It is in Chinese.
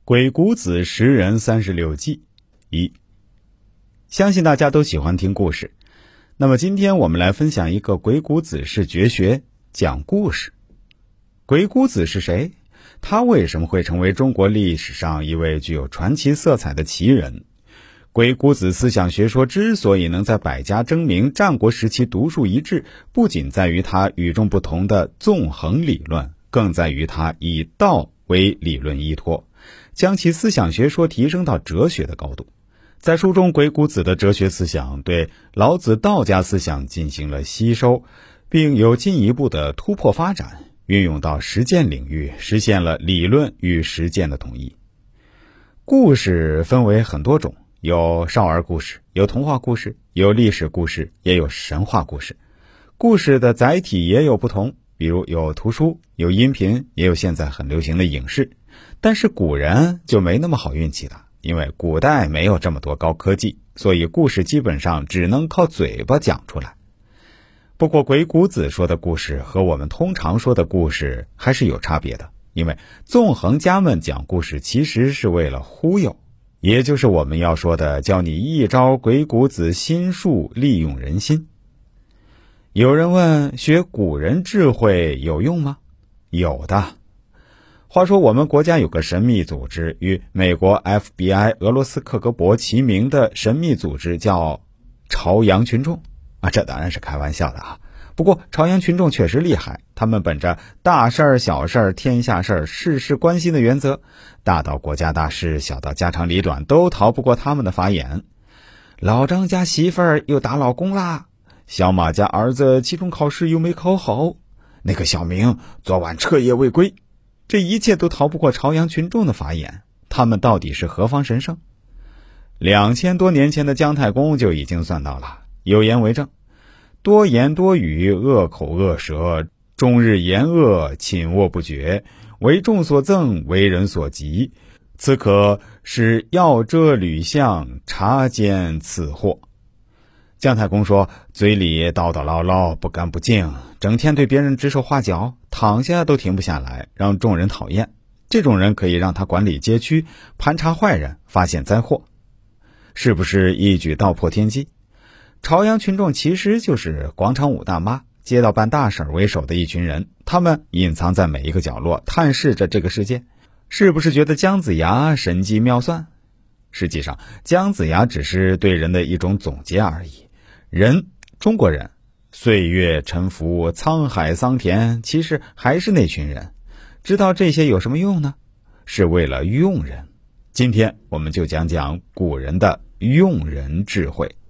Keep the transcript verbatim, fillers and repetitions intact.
鬼谷子识人三十六计一，相信大家都喜欢听故事。那么今天我们来分享一个鬼谷子式绝学，讲故事。鬼谷子是谁？他为什么会成为中国历史上一位具有传奇色彩的奇人？鬼谷子思想学说之所以能在百家争鸣、战国时期独树一帜，不仅在于他与众不同的纵横理论，更在于他以道为理论依托，将其思想学说提升到哲学的高度。在书中，鬼谷子的哲学思想对老子道家思想进行了吸收，并有进一步的突破发展，运用到实践领域，实现了理论与实践的统一。故事分为很多种，有少儿故事，有童话故事，有历史故事，也有神话故事。故事的载体也有不同，比如有图书，有音频，也有现在很流行的影视。但是古人就没那么好运气了，因为古代没有这么多高科技，所以故事基本上只能靠嘴巴讲出来。不过鬼谷子说的故事和我们通常说的故事还是有差别的，因为纵横家们讲故事其实是为了忽悠，也就是我们要说的教你一招鬼谷子心术，利用人心。有人问，学古人智慧有用吗？有的。话说我们国家有个神秘组织，与美国 F B I、 俄罗斯克格勃齐名的神秘组织叫朝阳群众啊，这当然是开玩笑的啊。不过朝阳群众确实厉害，他们本着大事儿、小事儿、天下事儿、事事关心的原则，大到国家大事，小到家长里短，都逃不过他们的法眼。老张家媳妇儿又打老公啦，小马家儿子期中考试又没考好，那个小明昨晚彻夜未归，这一切都逃不过朝阳群众的法眼。他们到底是何方神圣？两千多年前的姜太公就已经算到了，有言为证：多言多语，恶口恶舌，终日言恶，寝卧不绝，为众所憎，为人所嫉，此可使要遮吕相，察奸此祸。姜太公说，嘴里叨叨唠唠，不干不净，整天对别人指手画脚，躺下都停不下来，让众人讨厌。这种人可以让他管理街区，盘查坏人，发现灾祸。是不是一举道破天机？朝阳群众其实就是广场舞大妈、街道办大事为首的一群人，他们隐藏在每一个角落，探视着这个世界。是不是觉得姜子牙神机妙算？实际上，姜子牙只是对人的一种总结而已。人，中国人，岁月沉浮，沧海桑田，其实还是那群人。知道这些有什么用呢？是为了用人。今天我们就讲讲古人的用人智慧。